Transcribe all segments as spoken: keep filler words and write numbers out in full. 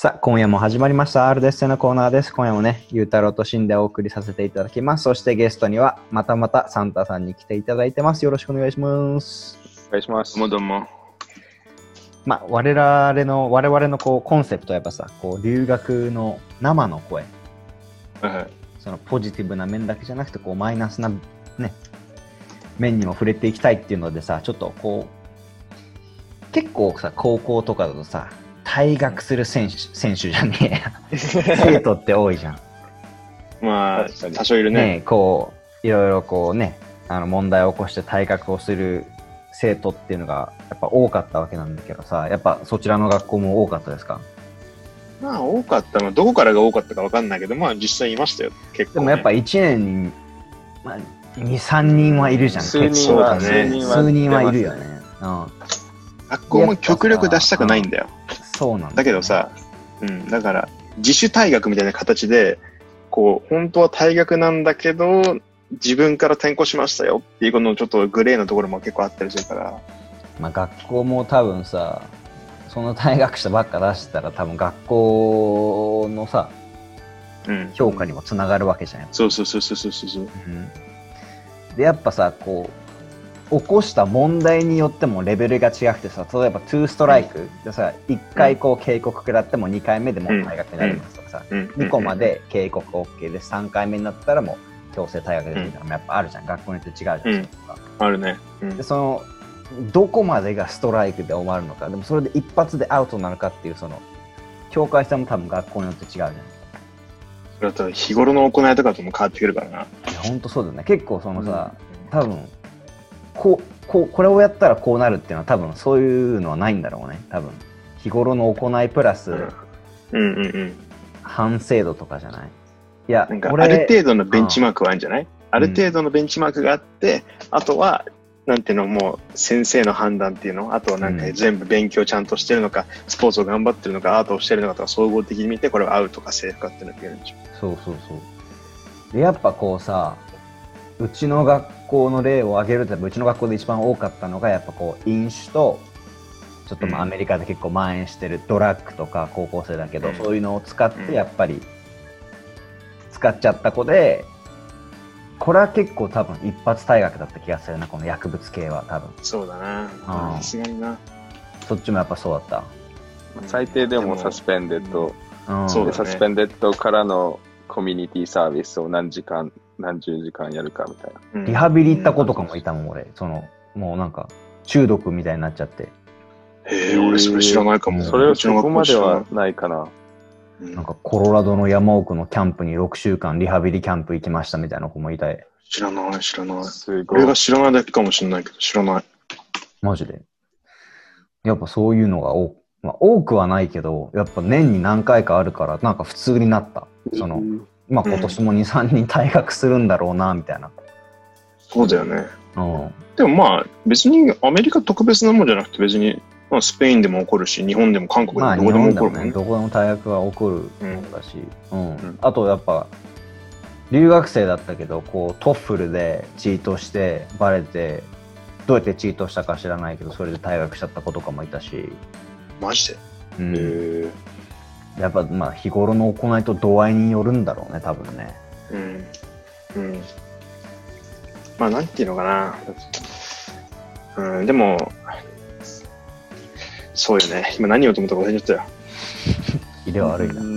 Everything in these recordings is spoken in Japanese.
さあ、今夜も始まりました アール デッセのコーナーです。今夜もね、ゆうたろうとしんでお送りさせていただきます。そしてゲストにはまたまたサンタさんに来ていただいてます。よろしくお願いします。 お願いします。 どうもどうも。 まあ、我々の我々のこうコンセプトはやっぱさ、こう留学の生の声、 はいはい、 そのポジティブな面だけじゃなくてこうマイナスなね面にも触れていきたいっていうのでさ、ちょっとこう結構さ高校とかだとさ退学する選手選手じゃねえ生徒って多いじゃん。 まあ多少いるね。 ねこういろいろこうねあの問題を起こして退学をする生徒っていうのがやっぱ多かったわけなんだけどさ、やっぱそちらの学校も多かったですか？ まあ多かった、まあ、どこからが多かったか分かんないけど、まあ実際いましたよ結構、ね、 でもやっぱいちねんに、まあ、にさんにんはいるじゃん。 数人は、 結構ね、数人はいるよね。うん、 学校も極力出したくないんだよ。 そうなんだ、ね、 だけどさ、うん、だから自主退学みたいな形でこう本当は退学なんだけど自分から転校しましたよっていうこのちょっとグレーなところも結構あったりするから、 まあ、学校も多分さその退学者ばっか出したら多分学校のさ、うん、評価にもつながるわけじゃん。 そうそうそうそうそうそう、うん、 でやっぱさこう起こした問題によってもレベルが違くてさ、例えばにストライクでさいっかいこう警告食らってもにかいめでもう退学になりますとかさ、うん、にこまで警告 OK でさんかいめになったらもう強制退学ですみたいなのもやっぱあるじゃん。学校によって違うじゃん、うん、 あるね、 うん、でそのどこまでがストライクで終わるのか、でもそれで一発でアウトなのかっていうその境界線も多分学校によって違うじゃん。 それと日頃の行いとかとも変わってくるからな。いや本当そうだよね。結構そのさ、うん、多分こうこうこれをやったらこうなるっていうのは多分そういうのはないんだろうね。多分日頃の行いプラス、うんうんうん、 反省度とかじゃない。いやなんかある程度のベンチマークはあるんじゃない？ある程度のベンチマークがあって、うん、あとはなんていうのもう先生の判断っていうの、あとはなんか全部勉強ちゃんとしてるのか、うん、スポーツを頑張ってるのか、アートをしてるのかとか総合的に見てこれはアウトかセーフかっていうのを決めるんでしょ。 そうそうそう。でやっぱこうさ、うちの学校の例を挙げるとうちの学校で一番多かったのがやっぱこう飲酒とちょっとまあアメリカで結構蔓延してるドラッグとか高校生だけど、うん、そういうのを使ってやっぱり使っちゃった子で、これは結構多分一発退学だった気がするな、この薬物系は多分。 そうだな、さすがにな。 そっちもやっぱそうだった。 最低でもサスペンデッド、 うんでサスペンデッドからのコミュニティサービスを何時間何十時間やるかみたいな、 うん、リハビリ行った子とかもいたもん俺。そのもうなんか中毒みたいになっちゃって。 へえ、俺それ知らないかも。 それはそこまではないかな。 なんかコロラドの山奥のキャンプにろくしゅうかんリハビリキャンプ行きましたみたいな子もいたい。 知らない知らない。俺が知らないだけかもしれないけど知らない。 マジで。やっぱそういうのが多、まあ、多くはないけどやっぱ年に何回かあるからなんか普通になった。その、まあ、今年もにさんにん退学するんだろうなみたいな。 そうだよね。 うん、 でもまあ別にアメリカ特別なもんじゃなくて別に。まあ、スペインでも起こるし、日本でも韓国でもどこでも起こるもんね。まあ、ねどこでも退学は起こるもんだし、うんうん、あとやっぱ留学生だったけどこうトッフルでチートしてバレてどうやってチートしたか知らないけどそれで退学しちゃった子とかもいたし。 マジで、 うん、へやっぱまあ日頃の行いと度合いによるんだろうね多分ね。 うん、うん、まあなんていうのかな、うん、でもそうよね。今何言おうと思ったか忘れちゃったよ。 気では悪いな。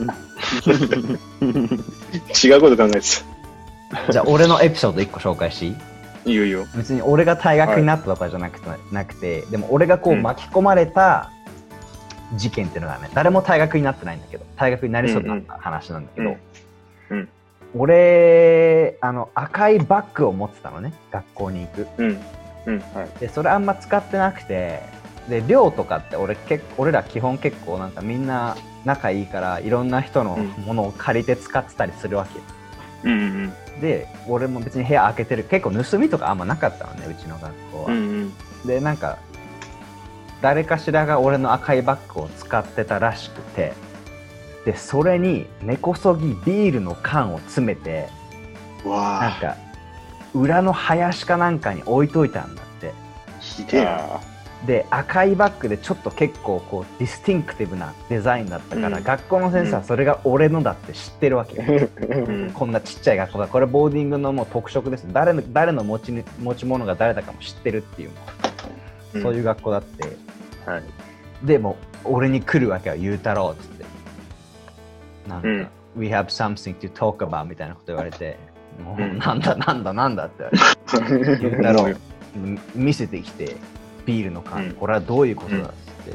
違うこと考えてた。じゃあ俺のエピソードいっこ紹介していい？ いいよいいよ。 別に俺が退学になったとかじゃなくて、はい、なくてでも俺がこう巻き込まれた事件っていうのがね、誰も退学になってないんだけど退学になりそうになった話なんだけど、うんうん、俺あの赤いバッグを持ってたのね学校に行く、うんうんはい、でそれあんま使ってなくてで寮とかって俺結俺ら基本結構なんかみんな仲いいからいろんな人のものを借りて使ってたりするわけよ、うんうんうん、で俺も別に部屋開けてる結構盗みとかあんまなかったのねうちの学校は、うんうん、でなんか誰かしらが俺の赤いバッグを使ってたらしくてでそれに根こそぎビールの缶を詰めてわなんか裏の林かなんかに置いといたんだって。 ひでえな。 で赤いバッグでちょっと結構こうディスティンクティブなデザインだったから、うん、学校の先生はそれが俺のだって知ってるわけ、うん、こんなちっちゃい学校だ、これボーディングのもう特色です、誰の誰の持ち持ち物が誰だかも知ってるっていう、うん、そういう学校だって、はい、でも俺に来るわけよ、ゆうたろうっつってなんか、うん、We have something to talk about みたいなこと言われて、もう、うん、なんだなんだなんだってゆうたろう見せてきて、ビールの缶、うん、これはどういうことだっつって、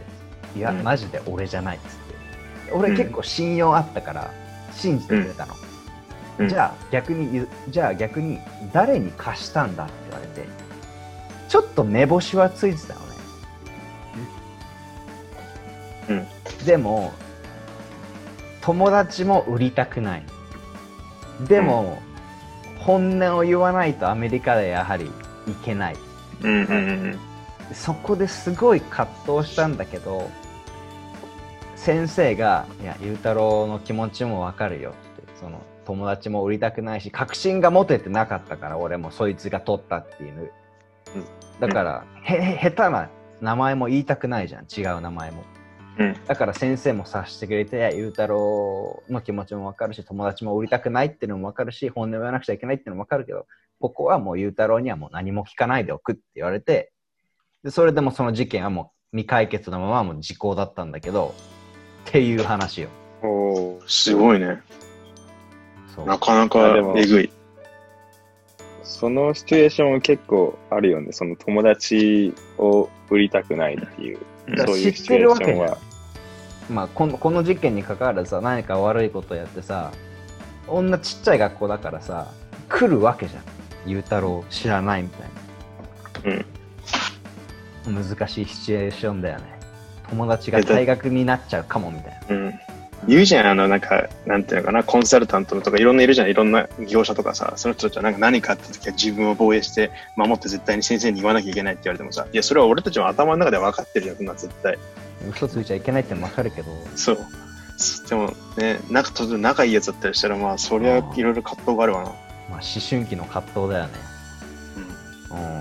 うん、いや、うん、マジで俺じゃないっつって、俺結構信用あったから信じてくれたの、うん、じゃあ逆にじゃあ逆に誰に貸したんだって言われて、ちょっと目星はついてたのね、うん、でも友達も売りたくない、でも、うん、本音を言わないとアメリカでやはりいけない、うんうんうん、そこですごい葛藤したんだけど、先生がいやゆうたろうの気持ちもわかるよって、その友達も売りたくないし確信が持ててなかったから、俺もそいつが取ったっていう、うん、だから、うん、へへ下手な名前も言いたくないじゃん、違う名前も、うん、だから先生も察してくれて、ゆうたろうの気持ちもわかるし、友達も売りたくないっていうのもわかるし、本音を言わなくちゃいけないっていうのもわかるけど、ここはもうゆうたろうにはもう何も聞かないでおくって言われて、でそれでもその事件はもう未解決のままもう時効だったんだけどっていう話よ。 おー、すごいね。なかなかえぐい。 そのシチュエーション結構あるよね。その友達を売りたくないっていう、そういうシチュエーションは。 まあこの、この事件に関わらずさ、何か悪いことをやってさ、女ちっちゃい学校だからさ、来るわけじゃん。ゆうたろう知らないみたいな。うん。難しいシチュエーションだよね。友達が退学になっちゃうかもみたいな。うん。 言うじゃん、あの、なんか、なんていうのかな、コンサルタントとかいろんないるじゃん、いろんな業者とかさ、その人たちはなんか何かって時は自分を防衛して守って絶対に先生に言わなきゃいけないって言われてもさ、いや、それは俺たちも頭の中で分かってるじゃん、そんな絶対。 嘘ついちゃいけないって分かるけど。 そう。でもね、仲、仲いいやつだったりしたら、まあ、そりゃいろいろ葛藤があるわな。まあ、思春期の葛藤だよね。うん。うん。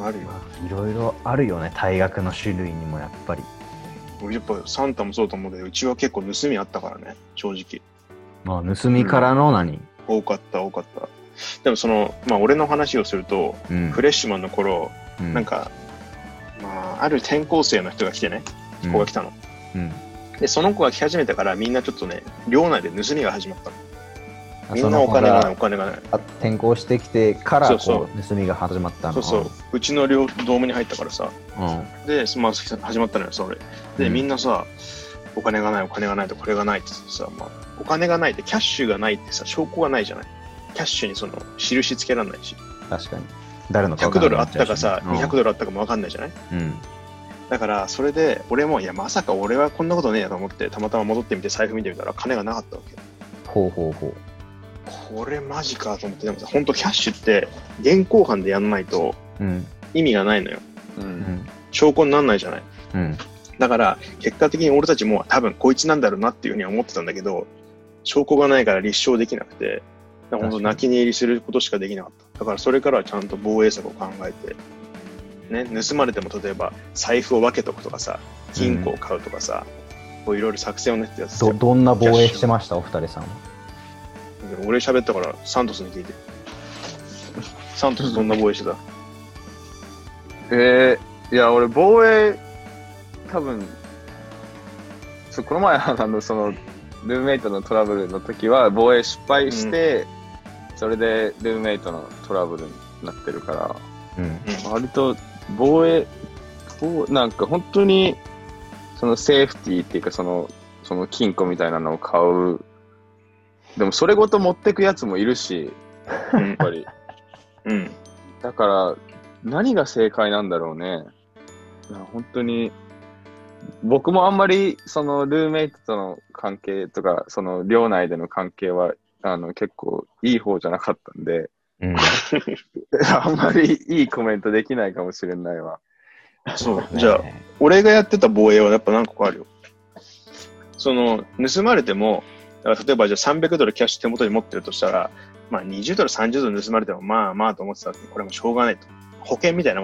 あるよ。いろいろあるよね、退学の種類にもやっぱり。 やっぱサンタもそうと思うけど、うちは結構盗みあったからね、正直。 まあ、盗みからの何、 うん、多かった、多かった。でもその、まあ俺の話をすると、うん、フレッシュマンの頃、うん、なんか、まあ、ある転校生の人が来てね、子が来たの。うんうん、で、その子が来始めたからみんなちょっとね、寮内で盗みが始まったの。みんなお金がない、お金がない。 転校してきてからこうそうそう盗みが始まったの。 そうそう。うちの寮、ドームに入ったからさ。うん、で、まあ、始まったのよ、それ。で、うん、みんなさ、お金がない、お金がないとこれがないってさ、まあ、お金がないって、キャッシュがないってさ、証拠がないじゃない。キャッシュにその、印つけられないし。 確かに。誰のひゃくドルあったかさ、にひゃくドルあったかもわかんないじゃない。うん。だから、それで、俺も、いや、まさか俺はこんなことねえやと思って、たまたま戻ってみて、財布見てみたら、金がなかったわけ。 ほうほうほう。 これマジかと思って、でもさ、ほんとキャッシュって現行犯でやんないと意味がないのよ。うん、証拠になんないじゃない。うん、だから結果的に俺たちも多分こいつなんだろうなっていうふうには思ってたんだけど、証拠がないから立証できなくて、ほんと泣き寝入りすることしかできなかった。だからそれからはちゃんと防衛策を考えて、ね、盗まれても例えば財布を分けとくとかさ、金庫を買うとかさ、こういろいろ作戦を練ってやつ。 ど、どんな防衛してましたお二人さんは。 俺喋ったからサントスに聞いて。サントスどんな防衛してた？ えー、いや俺防衛多分そこの前あのそのルームメイトのトラブルの時は防衛失敗して、うん、それでルームメイトのトラブルになってるから、うん、割と防衛なんか本当にそのセーフティーっていうかそのその金庫みたいなのを買う。でもそれごと持ってくやつもいるし、やっぱり。うん。だから、何が正解なんだろうね。本当に、僕もあんまり、その、ルームメイトとの関係とか、その、寮内での関係は、あの、結構いい方じゃなかったんで、うん、あんまりいいコメントできないかもしれないわ。 そう。じゃあ、俺がやってた防衛はやっぱ何個かあるよ。その、盗まれても、だから例えばじゃあさんびゃくドルキャッシュ手元に持ってるとしたら、まあにじゅうドル、さんじゅうドル盗まれてもまあまあと思ってたって、これもしょうがないと。保険みたいなもんだよ。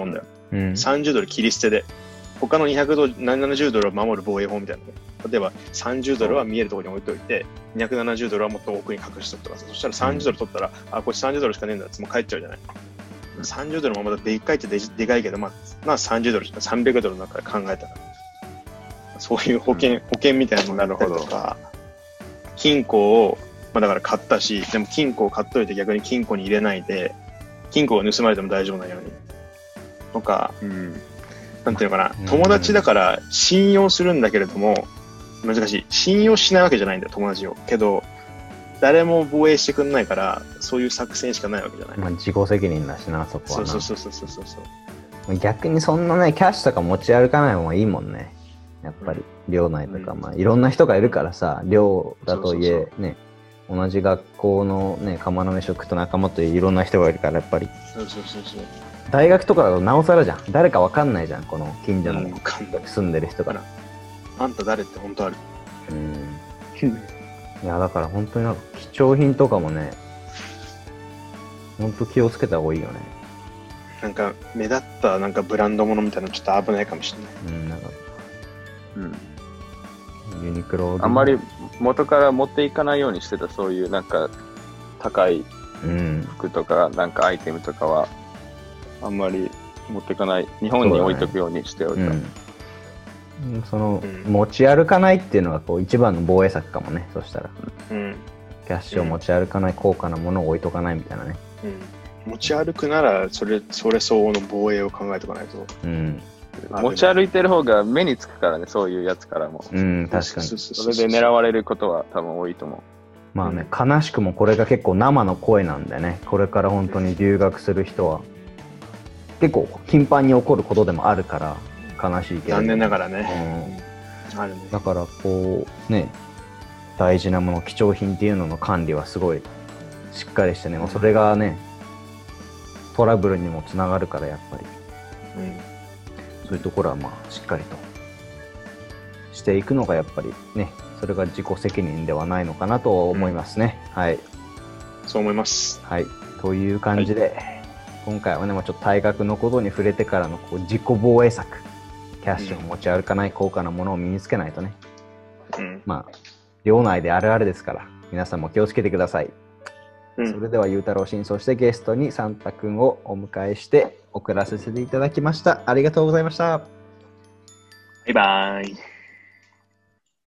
うん、さんじゅうドル切り捨てで、他のにひゃくドル、ななじゅうドルを守る防衛法みたいな、ね。例えばさんじゅうドルは見えるところに置いておいて、にひゃくななじゅうドルはもっと奥に隠しとくとかさ、そしたらさんじゅうドル取ったら、うん、あ、これさんじゅうドルしかねえんだってもう帰っちゃうじゃない。さんじゅうドルもまだでっかいってででかいけど、まあ、まあさんじゅうドルしかさんびゃくドルの中で考えたら、そういう保険、うん、保険みたいなのになるほどとか、金庫を、まあだから買ったし、でも金庫を買っといて逆に金庫に入れないで、金庫が盗まれても大丈夫なように。とか、うん、なんていうのかな、友達だから信用するんだけれども、難しい。信用しないわけじゃないんだよ、友達を。けど、誰も防衛してくんないから、そういう作戦しかないわけじゃない。 まあ自己責任だしな、そこはな。 そうそうそうそうそうそう。逆にそんなね、キャッシュとか持ち歩かない方がいいもんね。やっぱり、寮内とか、うん、まあいろんな人がいるからさ、寮だといえ、そうそうそうね、同じ学校のね、釜の飯を食った仲間といろんな人がいるから、やっぱり。 そうそうそうそう。 大学とかだとなおさらじゃん。誰かわかんないじゃん、この近所の住んでる人から。 あんた誰って本当ある。 うん。いや、だから本当になんか貴重品とかもね、本当気をつけた方がいいよね。 なんか目立ったなんかブランド物みたいなのちょっと危ないかもしれない。 うん、なんか。 うん。 ユニクロ。 あんまり元から持っていかないようにしてた、そういうなんか高い服とか、なんかアイテムとかは、あんまり持っていかない。日本に置いとくようにしておいた。 うん、その、うん、持ち歩かないっていうのがこう一番の防衛策かもね、そしたら。うん。キャッシュを持ち歩かない、高価なものを置いとかないみたいなね。 うん。持ち歩くなら、それ、それ相応の防衛を考えておかないと。 うん。 持ち歩いてる方が目につくからね、そういうやつからも。 うん、確かに。 それで狙われることは多分多いと思う。 まあね、うん、悲しくもこれが結構生の声なんでね、これから本当に留学する人は、結構頻繁に起こることでもあるから悲しいけど、 残念ながらね、 うん、あるね。だからこうね、大事なもの、貴重品っていうのの管理はすごいしっかりしてね、もうそれがねトラブルにもつながるから、やっぱり、うん、そういうところはまあしっかりとしていくのがやっぱりね、それが自己責任ではないのかなと思いますね、うん、はい、 そう思います。 はい、という感じで、はい、今回はね、まあ、ちょっと退学のことに触れてからのこう自己防衛策、キャッシュを持ち歩かない、高価なものを身につけないとね、うん、まあ寮内であるあるですから、皆さんも気をつけてください。うん、それではゆうたろうしん、そしてゲストにサンタくんをお迎えして送らせていただきました。ありがとうございました。 バイバイ。